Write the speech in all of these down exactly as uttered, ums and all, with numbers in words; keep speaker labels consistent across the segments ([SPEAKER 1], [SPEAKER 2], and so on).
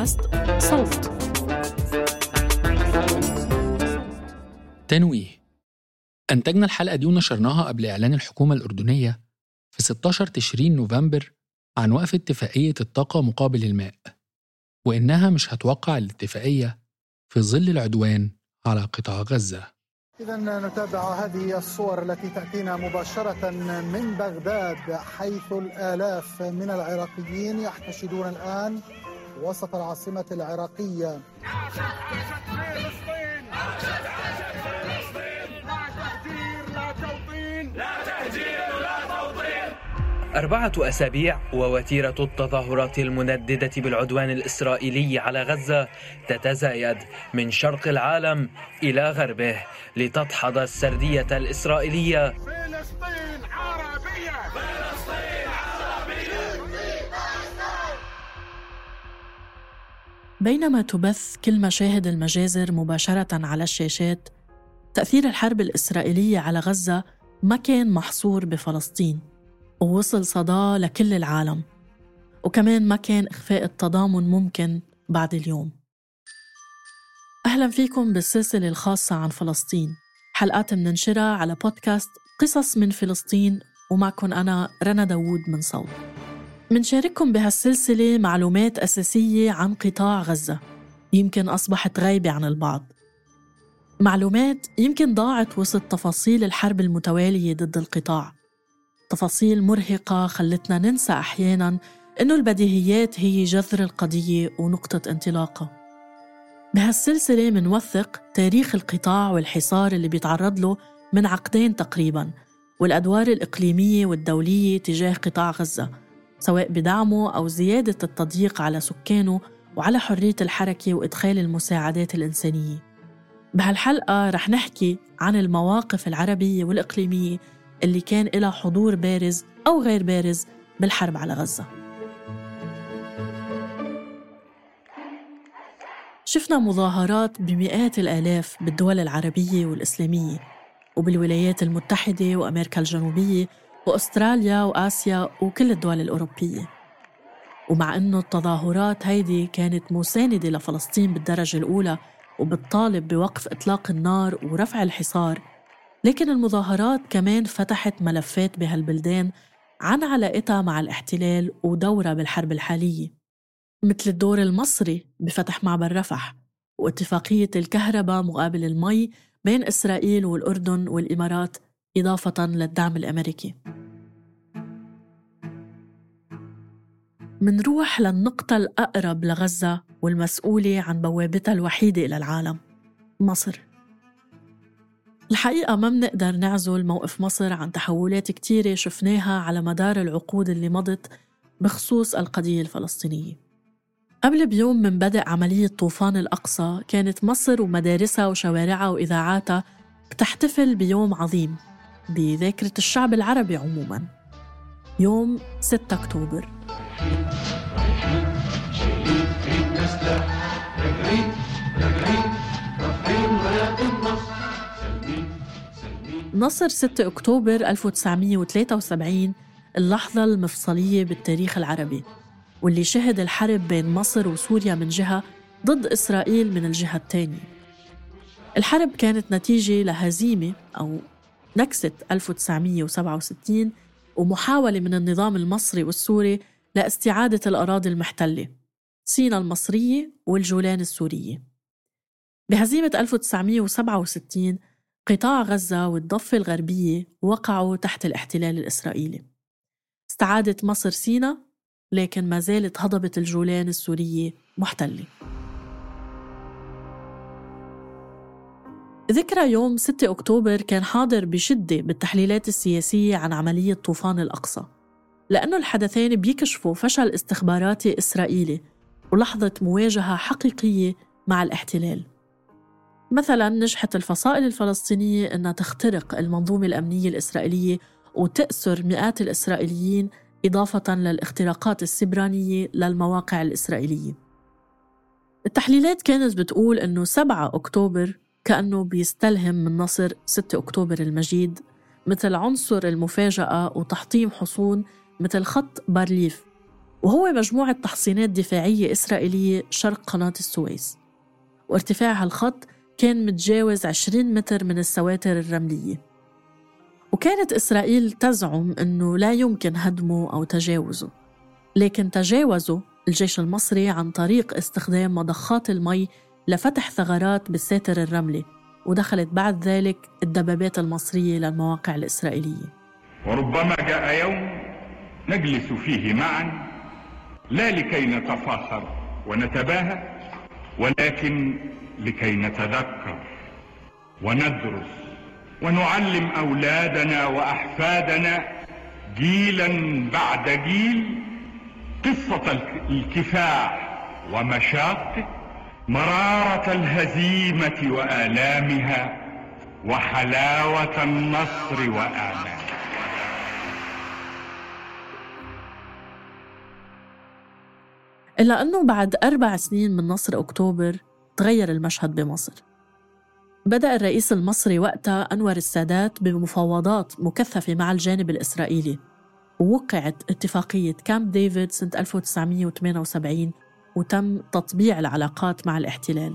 [SPEAKER 1] بودكاست صوت.
[SPEAKER 2] تنويه. أنتجنا الحلقة دي ونشرناها قبل إعلان الحكومة الأردنية في ستة عشر تشرين نوفمبر عن وقف اتفاقية الطاقة مقابل الماء، وإنها مش هتوقع الاتفاقية في ظل العدوان على قطاع غزة.
[SPEAKER 3] إذن نتابع هذه الصور التي تأتينا مباشرة من بغداد، حيث الآلاف من العراقيين يحتشدون الآن وسط العاصمة العراقية.
[SPEAKER 4] أربعة أسابيع ووتيرة التظاهرات المنددة بالعدوان الإسرائيلي على غزة تتزايد من شرق العالم إلى غربه لتدحض السردية الإسرائيلية.
[SPEAKER 5] فلسطين عربية، فلسطين عربية.
[SPEAKER 1] بينما تبث كل مشاهد المجازر مباشرة على الشاشات، تأثير الحرب الإسرائيلية على غزة ما كان محصور بفلسطين، ووصل صداه لكل العالم، وكمان ما كان إخفاء التضامن ممكن بعد اليوم. أهلاً فيكم بالسلسلة الخاصة عن فلسطين، حلقات مننشرها على بودكاست قصص من فلسطين، ومعكم أنا رنا داوود من صوت. منشارككم بهالسلسلة معلومات أساسية عن قطاع غزة يمكن أصبحت غايبة عن البعض، معلومات يمكن ضاعت وسط تفاصيل الحرب المتوالية ضد القطاع، تفاصيل مرهقة خلتنا ننسى أحياناً إنه البديهيات هي جذر القضية ونقطة انطلاقها. بهالسلسلة منوثق تاريخ القطاع والحصار اللي بيتعرض له من عقدين تقريباً، والأدوار الإقليمية والدولية تجاه قطاع غزة، سواء بدعمه أو زيادة التضييق على سكانه وعلى حرية الحركة وإدخال المساعدات الإنسانية. بهالحلقة رح نحكي عن المواقف العربية والإقليمية اللي كان لها حضور بارز أو غير بارز بالحرب على غزة. شفنا مظاهرات بمئات الآلاف بالدول العربية والإسلامية، وبالولايات المتحدة وأمريكا الجنوبية وأستراليا وآسيا وكل الدول الأوروبية. ومع أنه التظاهرات هيدي كانت مساندة لفلسطين بالدرجة الأولى وبتطالب بوقف إطلاق النار ورفع الحصار، لكن المظاهرات كمان فتحت ملفات بهالبلدان عن علاقتها مع الاحتلال ودورها بالحرب الحالية، مثل الدور المصري بفتح معبر رفح واتفاقية الكهرباء مقابل المي بين إسرائيل والأردن والإمارات، إضافة للدعم الأمريكي. منروح للنقطة الأقرب لغزة والمسؤولة عن بوابتها الوحيدة إلى العالم، مصر. الحقيقة ما منقدر نعزل موقف مصر عن تحولات كتيرة شفناها على مدار العقود اللي مضت بخصوص القضية الفلسطينية. قبل بيوم من بدء عملية طوفان الأقصى كانت مصر ومدارسها وشوارعها وإذاعاتها بتحتفل بيوم عظيم بذاكرة الشعب العربي عموماً، يوم ستة أكتوبر. نصر ستة أكتوبر ألف وتسعمية وثلاثة وسبعين اللحظة المفصلية بالتاريخ العربي، واللي شهد الحرب بين مصر وسوريا من جهة ضد إسرائيل من الجهة الثانية. الحرب كانت نتيجة لهزيمة أو نكسة ألف وتسعمية وسبعة وستين ومحاولة من النظام المصري والسوري لاستعادة الأراضي المحتلة، سيناء المصرية والجولان السورية. بهزيمة ألف وتسعمية وسبعة وستين قطاع غزة والضفة الغربية وقعوا تحت الاحتلال الإسرائيلي. استعادت مصر سيناء، لكن ما زالت هضبة الجولان السورية محتلة. ذكرى يوم ستة أكتوبر كان حاضر بشدة بالتحليلات السياسية عن عملية طوفان الأقصى، لأنه الحدثين بيكشفوا فشل استخباراتي إسرائيلي ولحظة مواجهة حقيقية مع الاحتلال. مثلاً نجحت الفصائل الفلسطينية أنها تخترق المنظومة الأمنية الإسرائيلية وتأسر مئات الإسرائيليين، إضافة للاختراقات السبرانية للمواقع الإسرائيلية. التحليلات كانت بتقول أنه سبعة أكتوبر كأنه بيستلهم من نصر ستة أكتوبر المجيد، مثل عنصر المفاجأة وتحطيم حصون مثل خط بارليف، وهو مجموعة تحصينات دفاعية إسرائيلية شرق قناة السويس، وارتفاع هالخط كان متجاوز عشرين متر من السواتر الرملية. وكانت إسرائيل تزعم أنه لا يمكن هدمه أو تجاوزه، لكن تجاوزه الجيش المصري عن طريق استخدام مضخات المي لفتح ثغرات بالساتر الرملي، ودخلت بعد ذلك الدبابات المصرية للمواقع الإسرائيلية.
[SPEAKER 5] وربما جاء يوم نجلس فيه معا لا لكي نتفاخر ونتباهى، ولكن لكي نتذكر وندرس ونعلم أولادنا وأحفادنا جيلا بعد جيل قصة الكفاح ومشاقه، مرارة الهزيمة وآلامها، وحلاوة النصر وآماله.
[SPEAKER 1] إلا أنه بعد أربع سنين من نصر أكتوبر تغير المشهد بمصر. بدأ الرئيس المصري وقتها أنور السادات بمفاوضات مكثفة مع الجانب الإسرائيلي، ووقعت اتفاقية كامب ديفيد سنة ألف وتسعمية وثمانية وسبعين، وتم تطبيع العلاقات مع الاحتلال.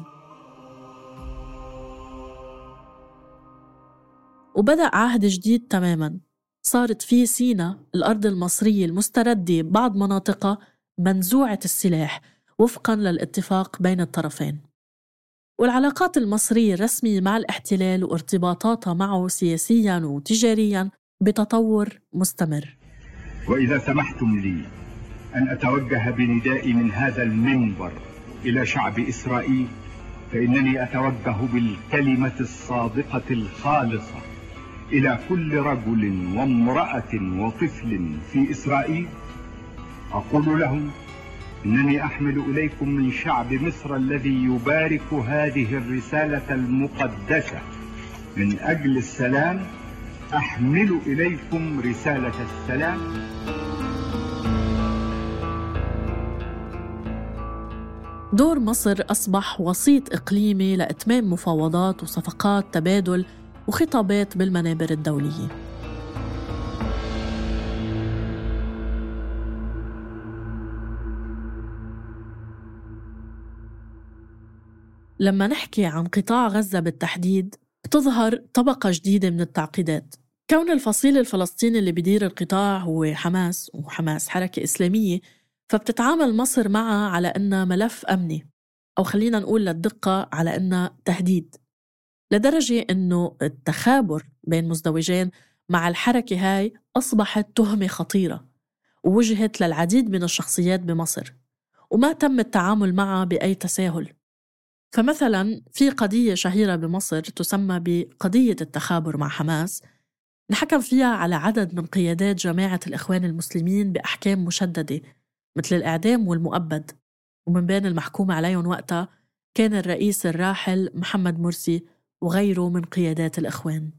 [SPEAKER 1] وبدأ عهد جديد تماماً، صارت فيه سيناء الأرض المصرية المستردة بعض مناطقها منزوعة السلاح وفقاً للاتفاق بين الطرفين. والعلاقات المصرية الرسمية مع الاحتلال وارتباطاتها معه سياسياً وتجارياً بتطور مستمر.
[SPEAKER 6] وإذا سمحتم لي أن أتوجه بندائي من هذا المنبر إلى شعب إسرائيل، فإنني أتوجه بالكلمة الصادقة الخالصة إلى كل رجل وامرأة وطفل في إسرائيل. أقول لهم إنني أحمل إليكم من شعب مصر الذي يبارك هذه الرسالة المقدسة من أجل السلام، أحمل إليكم رسالة السلام.
[SPEAKER 1] دور مصر أصبح وسيط إقليمي لإتمام مفاوضات وصفقات تبادل وخطابات بالمنابر الدولية. لما نحكي عن قطاع غزة بالتحديد بتظهر طبقة جديدة من التعقيدات. كون الفصيل الفلسطيني اللي بيدير القطاع هو حماس، وحماس حركة إسلامية، فبتتعامل مصر معها على أنها ملف أمني، أو خلينا نقول للدقة على أنها تهديد، لدرجة أنه التخابر بين مزدوجين مع الحركة هاي أصبحت تهمة خطيرة ووجهت للعديد من الشخصيات بمصر، وما تم التعامل معها بأي تساهل. فمثلا في قضية شهيرة بمصر تسمى بقضية التخابر مع حماس، نحكم فيها على عدد من قيادات جماعة الإخوان المسلمين بأحكام مشددة مثل الإعدام والمؤبد، ومن بين المحكوم عليهم وقتها كان الرئيس الراحل محمد مرسي وغيره من قيادات الإخوان.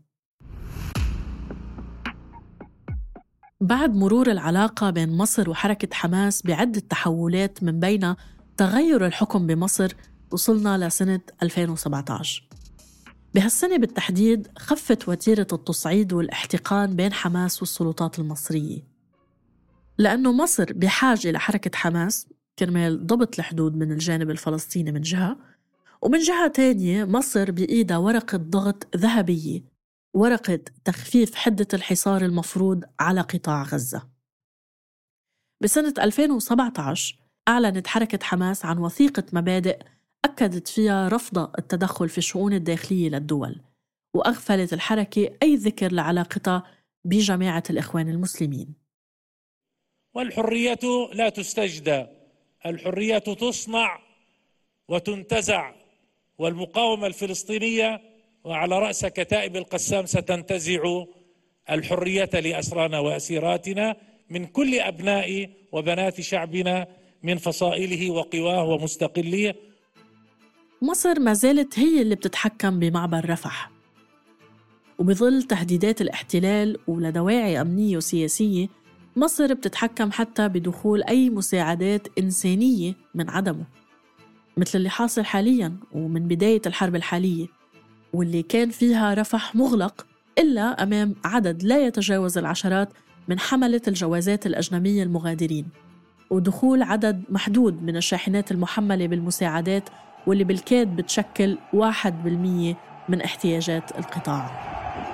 [SPEAKER 1] بعد مرور العلاقة بين مصر وحركة حماس بعدة تحولات من بين تغير الحكم بمصر، وصلنا لسنة ألفين وسبعة عشر. بهالسنة بالتحديد خفت وتيرة التصعيد والاحتقان بين حماس والسلطات المصرية، لأنه مصر بحاجة لحركة حماس كرمال ضبط الحدود من الجانب الفلسطيني من جهة، ومن جهة تانية مصر بإيدها ورقة ضغط ذهبية، ورقة تخفيف حدة الحصار المفروض على قطاع غزة. بسنة ألفين وسبعة عشر أعلنت حركة حماس عن وثيقة مبادئ أكدت فيها رفض التدخل في الشؤون الداخلية للدول، وأغفلت الحركة أي ذكر لعلاقتها بجماعة الإخوان المسلمين.
[SPEAKER 7] والحرية لا تستجدى، الحرية تصنع وتنتزع، والمقاومة الفلسطينية وعلى رأس كتائب القسام ستنتزع الحرية لأسرانا وأسيراتنا من كل أبناء وبنات شعبنا من فصائله وقواه ومستقليه.
[SPEAKER 1] مصر ما زالت هي اللي بتتحكم بمعبر رفح، وبظل تهديدات الاحتلال ولدواعي أمنية وسياسية مصر بتتحكم حتى بدخول أي مساعدات إنسانية من عدمه، مثل اللي حاصل حالياً ومن بداية الحرب الحالية، واللي كان فيها رفح مغلق إلا أمام عدد لا يتجاوز العشرات من حملة الجوازات الأجنبية المغادرين. ودخول عدد محدود من الشاحنات المحملة بالمساعدات واللي بالكاد بتشكل واحد بالمية من احتياجات القطاع.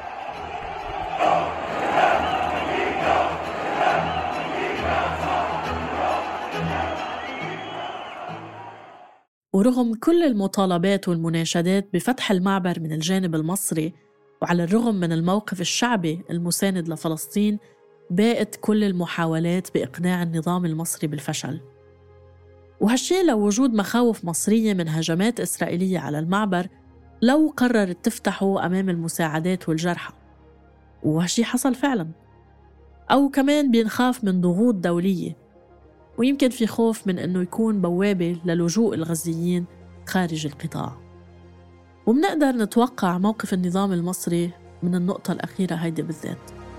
[SPEAKER 1] ورغم كل المطالبات والمناشدات بفتح المعبر من الجانب المصري، وعلى الرغم من الموقف الشعبي المساند لفلسطين، باءت كل المحاولات بإقناع النظام المصري بالفشل. وهالشيء لو وجود مخاوف مصرية من هجمات إسرائيلية على المعبر لو قررت تفتحه أمام المساعدات والجرحى، وهالشيء حصل فعلا. أو كمان بينخاف من ضغوط دولية، ويمكن في خوف من أنه يكون بوابة للجوء الغزيين خارج القطاع. ومنقدر نتوقع موقف النظام المصري من النقطة الأخيرة هيدي بالذات.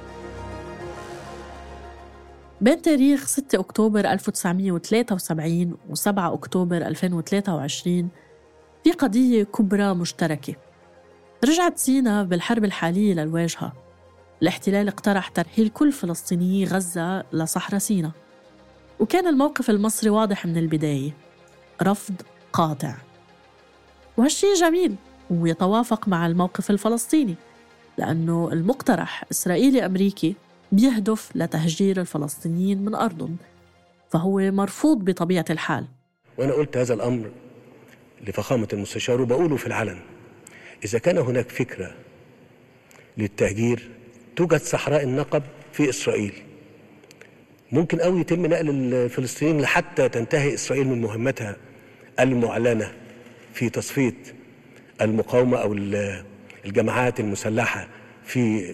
[SPEAKER 1] بين تاريخ ستة أكتوبر ألف وتسعمية وثلاثة وسبعين و سبعة أكتوبر ألفين وثلاثة وعشرين في قضية كبرى مشتركة. رجعت سيناء بالحرب الحالية للواجهة. الاحتلال اقترح ترحيل كل فلسطينيي غزة لصحراء سيناء، وكان الموقف المصري واضح من البداية، رفض قاطع. وهالشي جميل ويتوافق مع الموقف الفلسطيني، لأنه المقترح إسرائيلي أمريكي بيهدف لتهجير الفلسطينيين من أرضهم، فهو مرفوض بطبيعة الحال.
[SPEAKER 8] وأنا قلت هذا الأمر لفخامة المستشار وبقوله في العلن: إذا كان هناك فكرة للتهجير توجد صحراء النقب في إسرائيل، ممكن أوي يتم نقل الفلسطينيين لحتى تنتهي إسرائيل من مهمتها المعلنة في تصفية المقاومة أو الجماعات المسلحة في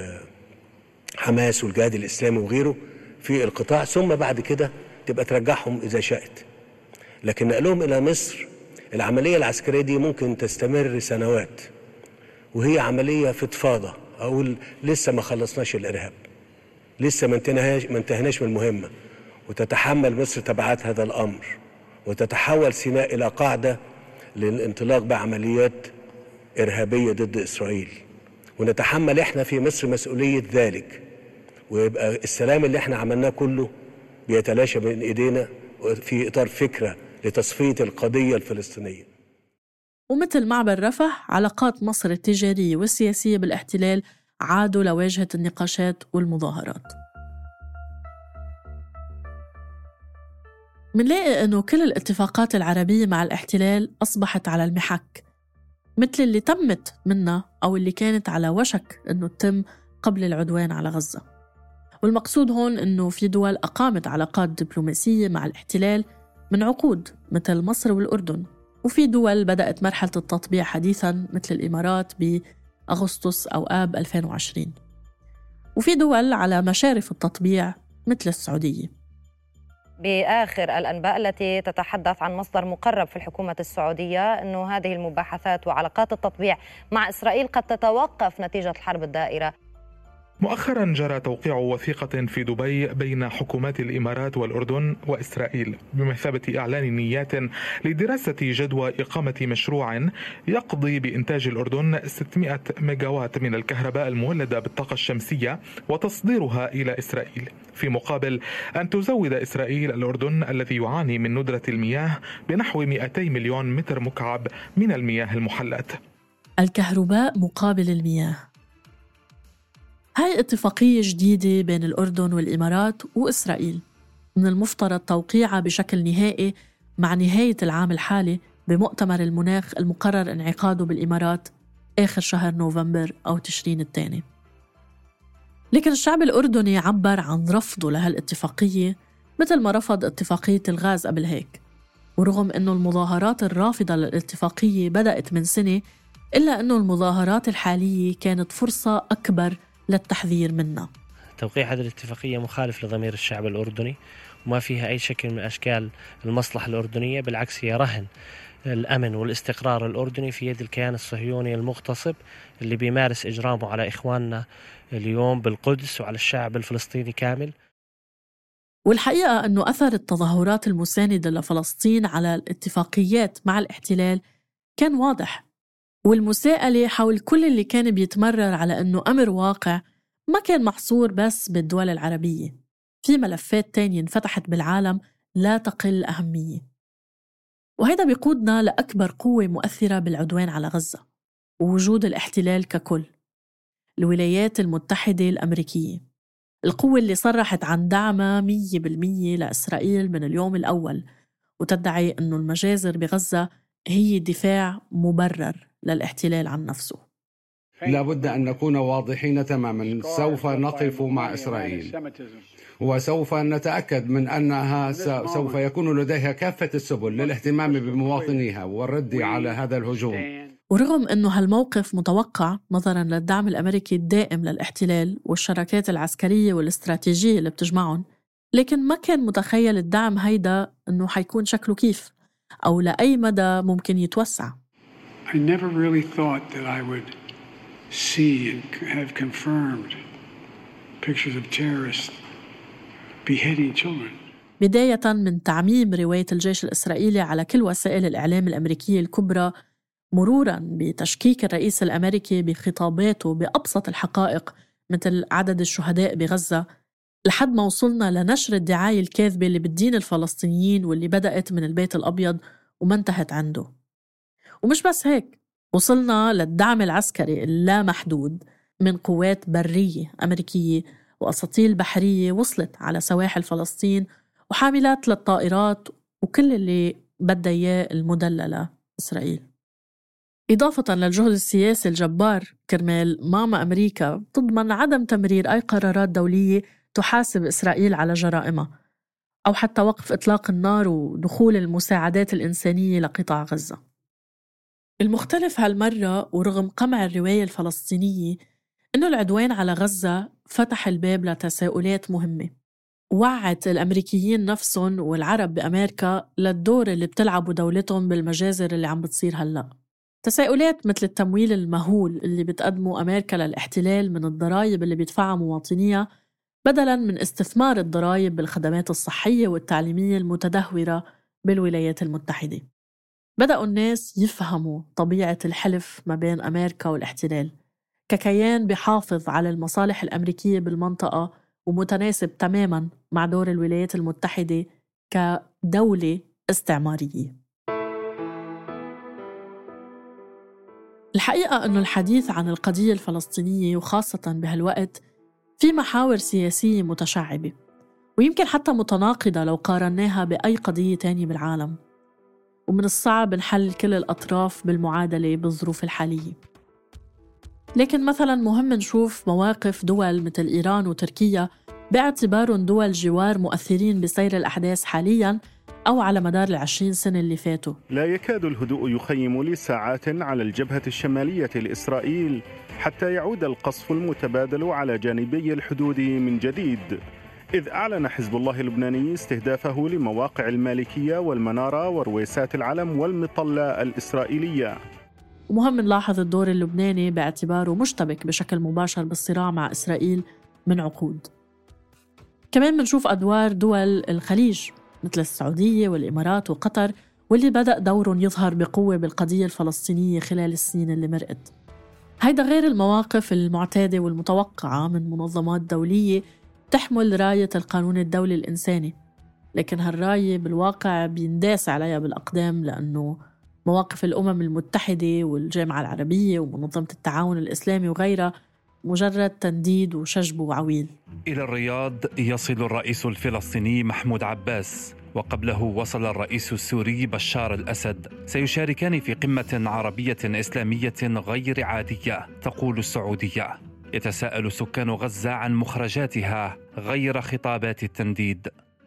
[SPEAKER 8] حماس والجهاد الإسلامي وغيره في القطاع، ثم بعد كده تبقى ترجعهم إذا شاءت. لكن نقلهم إلى مصر، العملية العسكرية دي ممكن تستمر سنوات، وهي عملية فضفاضة. أقول لسه ما خلصناش الإرهاب، لسه ما انتهناش ما انتهناش من المهمة، وتتحمل مصر تبعات هذا الأمر، وتتحول سيناء إلى قاعدة للانطلاق بعمليات إرهابية ضد إسرائيل، ونتحمل إحنا في مصر مسؤولية ذلك، ويبقى السلام اللي إحنا عملناه كله بيتلاشى بين إيدينا في إطار فكرة لتصفية القضية الفلسطينية.
[SPEAKER 1] ومثل معبر رفح، علاقات مصر التجارية والسياسية بالاحتلال عادوا لواجهة النقاشات والمظاهرات. منلاقي أنه كل الاتفاقات العربية مع الاحتلال أصبحت على المحك، مثل اللي تمت منها أو اللي كانت على وشك أنه تتم قبل العدوان على غزة. والمقصود هون أنه في دول أقامت علاقات دبلوماسية مع الاحتلال من عقود مثل مصر والأردن، وفي دول بدأت مرحلة التطبيع حديثاً مثل الإمارات بأغسطس أو آب ألفين وعشرين، وفي دول على مشارف التطبيع مثل السعودية.
[SPEAKER 9] بآخر الأنباء التي تتحدث عن مصدر مقرب في الحكومة السعودية أنه هذه المباحثات وعلاقات التطبيع مع إسرائيل قد تتوقف نتيجة الحرب الدائرة.
[SPEAKER 10] مؤخرا جرى توقيع وثيقة في دبي بين حكومات الإمارات والأردن وإسرائيل بمثابة إعلان نيات لدراسة جدوى إقامة مشروع يقضي بإنتاج الأردن ستمائة ميجاوات من الكهرباء المولدة بالطاقة الشمسية وتصديرها إلى إسرائيل، في مقابل أن تزود إسرائيل الأردن الذي يعاني من ندرة المياه بنحو مئتي مليون متر مكعب من المياه المحلات.
[SPEAKER 1] الكهرباء مقابل المياه، هاي اتفاقية جديدة بين الأردن والإمارات وإسرائيل، من المفترض توقيعها بشكل نهائي مع نهاية العام الحالي بمؤتمر المناخ المقرر انعقاده بالإمارات آخر شهر نوفمبر أو تشرين الثاني. لكن الشعب الأردني عبر عن رفضه لهالاتفاقية مثل ما رفض اتفاقية الغاز قبل هيك. ورغم أنه المظاهرات الرافضة للاتفاقية بدأت من سنة، إلا أنه المظاهرات الحالية كانت فرصة أكبر للتحذير منها.
[SPEAKER 11] توقيع هذه الاتفاقية مخالف لضمير الشعب الأردني، وما فيها أي شكل من أشكال المصلحة الأردنية، بالعكس هي رهن الأمن والاستقرار الأردني في يد الكيان الصهيوني المغتصب اللي بيمارس إجرامه على إخواننا اليوم بالقدس وعلى الشعب الفلسطيني كامل.
[SPEAKER 1] والحقيقة أنه أثر التظاهرات المساندة لفلسطين على الاتفاقيات مع الاحتلال كان واضح، والمساءلة حول كل اللي كان بيتمرر على أنه أمر واقع ما كان محصور بس بالدول العربية. في ملفات تانية انفتحت بالعالم لا تقل أهمية. وهذا بيقودنا لأكبر قوة مؤثرة بالعدوان على غزة ووجود الاحتلال ككل، الولايات المتحدة الأمريكية، القوة اللي صرحت عن دعمها مية بالمية لإسرائيل من اليوم الأول، وتدعي أنه المجازر بغزة هي دفاع مبرر للاحتلال عن نفسه.
[SPEAKER 12] لا بد أن نكون واضحين تماما، سوف نقف مع إسرائيل وسوف نتأكد من أنها سوف يكون لديها كافة السبل للاهتمام بمواطنيها والرد على هذا الهجوم.
[SPEAKER 1] ورغم أنه هالموقف متوقع نظراً للدعم الأمريكي الدائم للاحتلال والشراكات العسكرية والاستراتيجية اللي بتجمعهم، لكن ما كان متخيل الدعم هيدا أنه حيكون شكله كيف أو لأي مدى ممكن يتوسع.
[SPEAKER 13] I never really thought that I would see and have confirmed pictures of terrorists beheading children.
[SPEAKER 1] بداية من تعميم رواية الجيش الإسرائيلي على كل وسائل الإعلام الأمريكية الكبرى، مروراً بتشكيك الرئيس الأمريكي بخطاباته بأبسط الحقائق مثل عدد الشهداء بغزة، لحد ما وصلنا لنشر الدعاية الكاذبة اللي بتدين الفلسطينيين واللي بدأت من البيت الأبيض وما انتهت عنده. ومش بس هيك، وصلنا للدعم العسكري اللامحدود من قوات برية أمريكية وأساطيل بحرية وصلت على سواحل فلسطين وحاملات للطائرات وكل اللي بدها إياه المدللة إسرائيل. إضافة للجهد السياسي الجبار كرمال ماما أمريكا تضمن عدم تمرير أي قرارات دولية تحاسب إسرائيل على جرائمها، أو حتى وقف إطلاق النار ودخول المساعدات الإنسانية لقطاع غزة. المختلف هالمرة ورغم قمع الرواية الفلسطينية إنه العدوان على غزة فتح الباب لتساؤلات مهمة، وعت الأمريكيين نفسهم والعرب بأمريكا للدور اللي بتلعبوا دولتهم بالمجازر اللي عم بتصير هلأ. تساؤلات مثل التمويل المهول اللي بتقدمه أمريكا للاحتلال من الضرائب اللي بيدفعها مواطنيها، بدلاً من استثمار الضرائب بالخدمات الصحية والتعليمية المتدهورة بالولايات المتحدة. بدأوا الناس يفهموا طبيعة الحلف ما بين أمريكا والاحتلال ككيان بيحافظ على المصالح الأمريكية بالمنطقة ومتناسب تماماً مع دور الولايات المتحدة كدولة استعمارية. الحقيقة أنه الحديث عن القضية الفلسطينية وخاصة بهالوقت في محاور سياسية متشعبة ويمكن حتى متناقضة لو قارناها بأي قضية تانية بالعالم، ومن الصعب نحل كل الأطراف بالمعادلة بالظروف الحالية. لكن مثلا مهم نشوف مواقف دول مثل إيران وتركيا باعتبارهم دول جوار مؤثرين بسير الأحداث حالياً أو على مدار العشرين سنة اللي فاتوا.
[SPEAKER 14] لا يكاد الهدوء يخيم لساعات على الجبهة الشمالية لإسرائيل حتى يعود القصف المتبادل على جانبي الحدود من جديد، إذ أعلن حزب الله اللبناني استهدافه لمواقع المالكية والمنارة ورويسات العلم والمطلة الإسرائيلية.
[SPEAKER 1] ومهم نلاحظ الدور اللبناني باعتباره مشتبك بشكل مباشر بالصراع مع إسرائيل من عقود. كمان منشوف أدوار دول الخليج مثل السعودية والإمارات وقطر، واللي بدأ دورهم يظهر بقوة بالقضية الفلسطينية خلال السنين اللي مرقت. هيدا غير المواقف المعتادة والمتوقعة من منظمات دولية تحمل راية القانون الدولي الإنساني، لكن هالراية بالواقع بينداس عليها بالأقدام، لأنه مواقف الأمم المتحدة والجامعة العربية ومنظمة التعاون الإسلامي وغيرها مجرد تنديد وشجب وعويل.
[SPEAKER 15] إلى الرياض يصل الرئيس الفلسطيني محمود عباس، وقبله وصل الرئيس السوري بشار الأسد، سيشاركان في قمة عربية إسلامية غير عادية تقول السعودية. يتساءل سكان غزة عن مخرجاتها غير خطابات التنديد.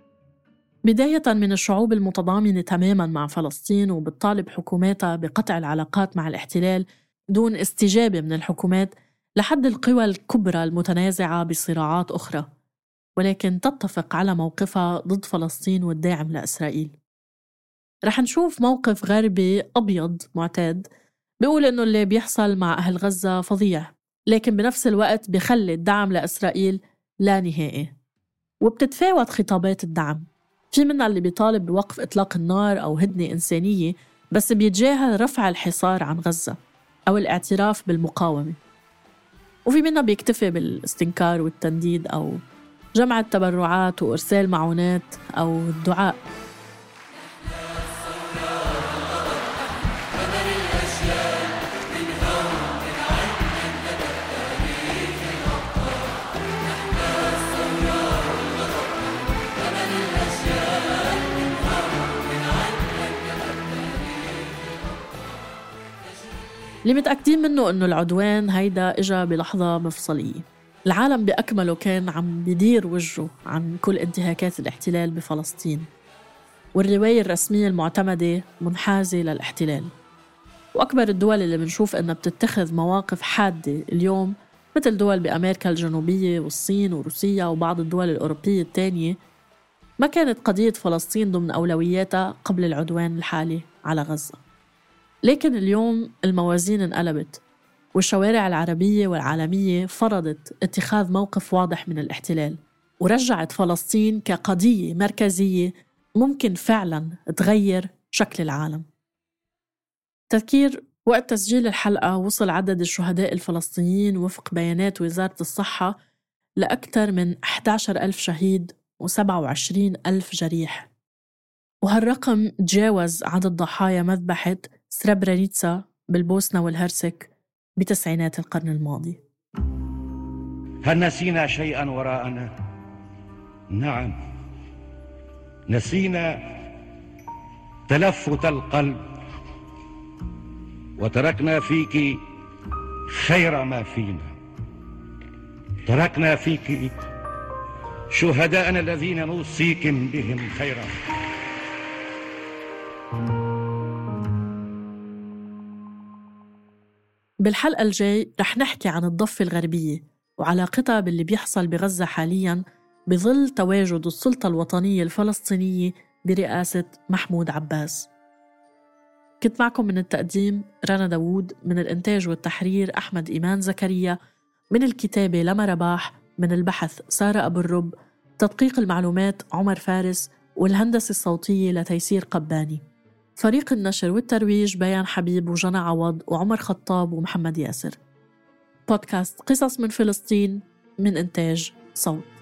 [SPEAKER 1] بداية من الشعوب المتضامنة تماماً مع فلسطين وبتطالب حكوماتها بقطع العلاقات مع الاحتلال دون استجابة من الحكومات، لحد القوى الكبرى المتنازعة بصراعات أخرى ولكن تتفق على موقفها ضد فلسطين والداعم لإسرائيل. رح نشوف موقف غربي أبيض معتاد بيقول إنه اللي بيحصل مع أهل غزة فظيع، لكن بنفس الوقت بيخلي الدعم لإسرائيل لا نهائي، وبتتفاوت خطابات الدعم. في منها اللي بيطالب بوقف إطلاق النار أو هدنة إنسانية بس بيتجاهل رفع الحصار عن غزة أو الاعتراف بالمقاومة، وفي منها بيكتفي بالاستنكار والتنديد أو جمع التبرعات وإرسال معونات أو الدعاء. اللي متأكدين منه إنه العدوان هيدا إجا بلحظة مفصلية. العالم بأكمله كان عم بيدير وجهه عن كل انتهاكات الاحتلال بفلسطين، والرواية الرسمية المعتمدة منحازة للاحتلال. وأكبر الدول اللي بنشوف إنها بتتخذ مواقف حادة اليوم مثل دول بأمريكا الجنوبية والصين وروسيا وبعض الدول الأوروبية التانية، ما كانت قضية فلسطين ضمن أولوياتها قبل العدوان الحالي على غزة. لكن اليوم الموازين انقلبت، والشوارع العربية والعالمية فرضت اتخاذ موقف واضح من الاحتلال، ورجعت فلسطين كقضية مركزية ممكن فعلاً تغير شكل العالم. تذكير: وقت تسجيل الحلقة وصل عدد الشهداء الفلسطينيين وفق بيانات وزارة الصحة لأكثر من أحد عشر ألف شهيد وسبعة وعشرين ألف جريح، وهالرقم تجاوز عدد ضحايا مذبحة سربرينيتسا بالبوسنة والهرسك بتسعينات القرن الماضي.
[SPEAKER 16] هل نسينا شيئا وراءنا؟ نعم، نسينا تلفت القلب، وتركنا فيك خير ما فينا. تركنا فيك شهداءنا الذين نوصيكم بهم خيرا.
[SPEAKER 1] بالحلقة الجاي رح نحكي عن الضفة الغربية وعلاقتها باللي بيحصل بغزة حالياً بظل تواجد السلطة الوطنية الفلسطينية برئاسة محمود عباس. كنت معكم من التقديم رنا داوود، من الإنتاج والتحرير أحمد إيمان زكريا، من الكتابة لما رباح، من البحث سارة أبو الرب، تدقيق المعلومات عمر فارس، والهندسة الصوتية لتيسير قباني. فريق النشر والترويج بيان حبيب وجنى عوض وعمر خطاب ومحمد ياسر. بودكاست قصص من فلسطين من إنتاج صوت.